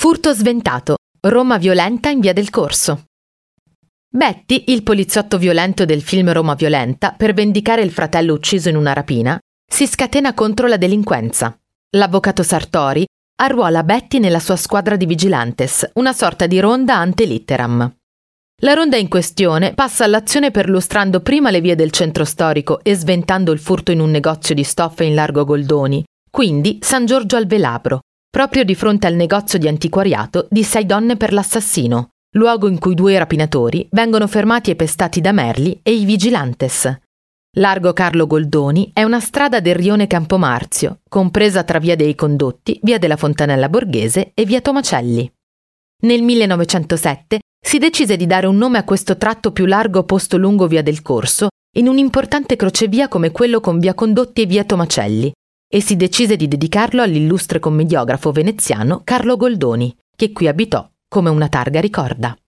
Furto sventato. Roma violenta in via del Corso. Betty, il poliziotto violento del film Roma violenta, per vendicare il fratello ucciso in una rapina, si scatena contro la delinquenza. L'avvocato Sartori arruola Betty nella sua squadra di vigilantes, una sorta di ronda ante litteram. La ronda in questione passa all'azione perlustrando prima le vie del centro storico e sventando il furto in un negozio di stoffe in largo Goldoni, quindi San Giorgio al Velabro, proprio di fronte al negozio di antiquariato di 6 donne per l'assassino, luogo in cui 2 rapinatori vengono fermati e pestati da Merli e i vigilantes. Largo Carlo Goldoni è una strada del rione Campomarzio, compresa tra via dei Condotti, via della Fontanella Borghese e via Tomacelli. Nel 1907 si decise di dare un nome a questo tratto più largo posto lungo via del Corso, in un importante crocevia come quello con via Condotti e via Tomacelli, e si decise di dedicarlo all'illustre commediografo veneziano Carlo Goldoni, che qui abitò come una targa ricorda.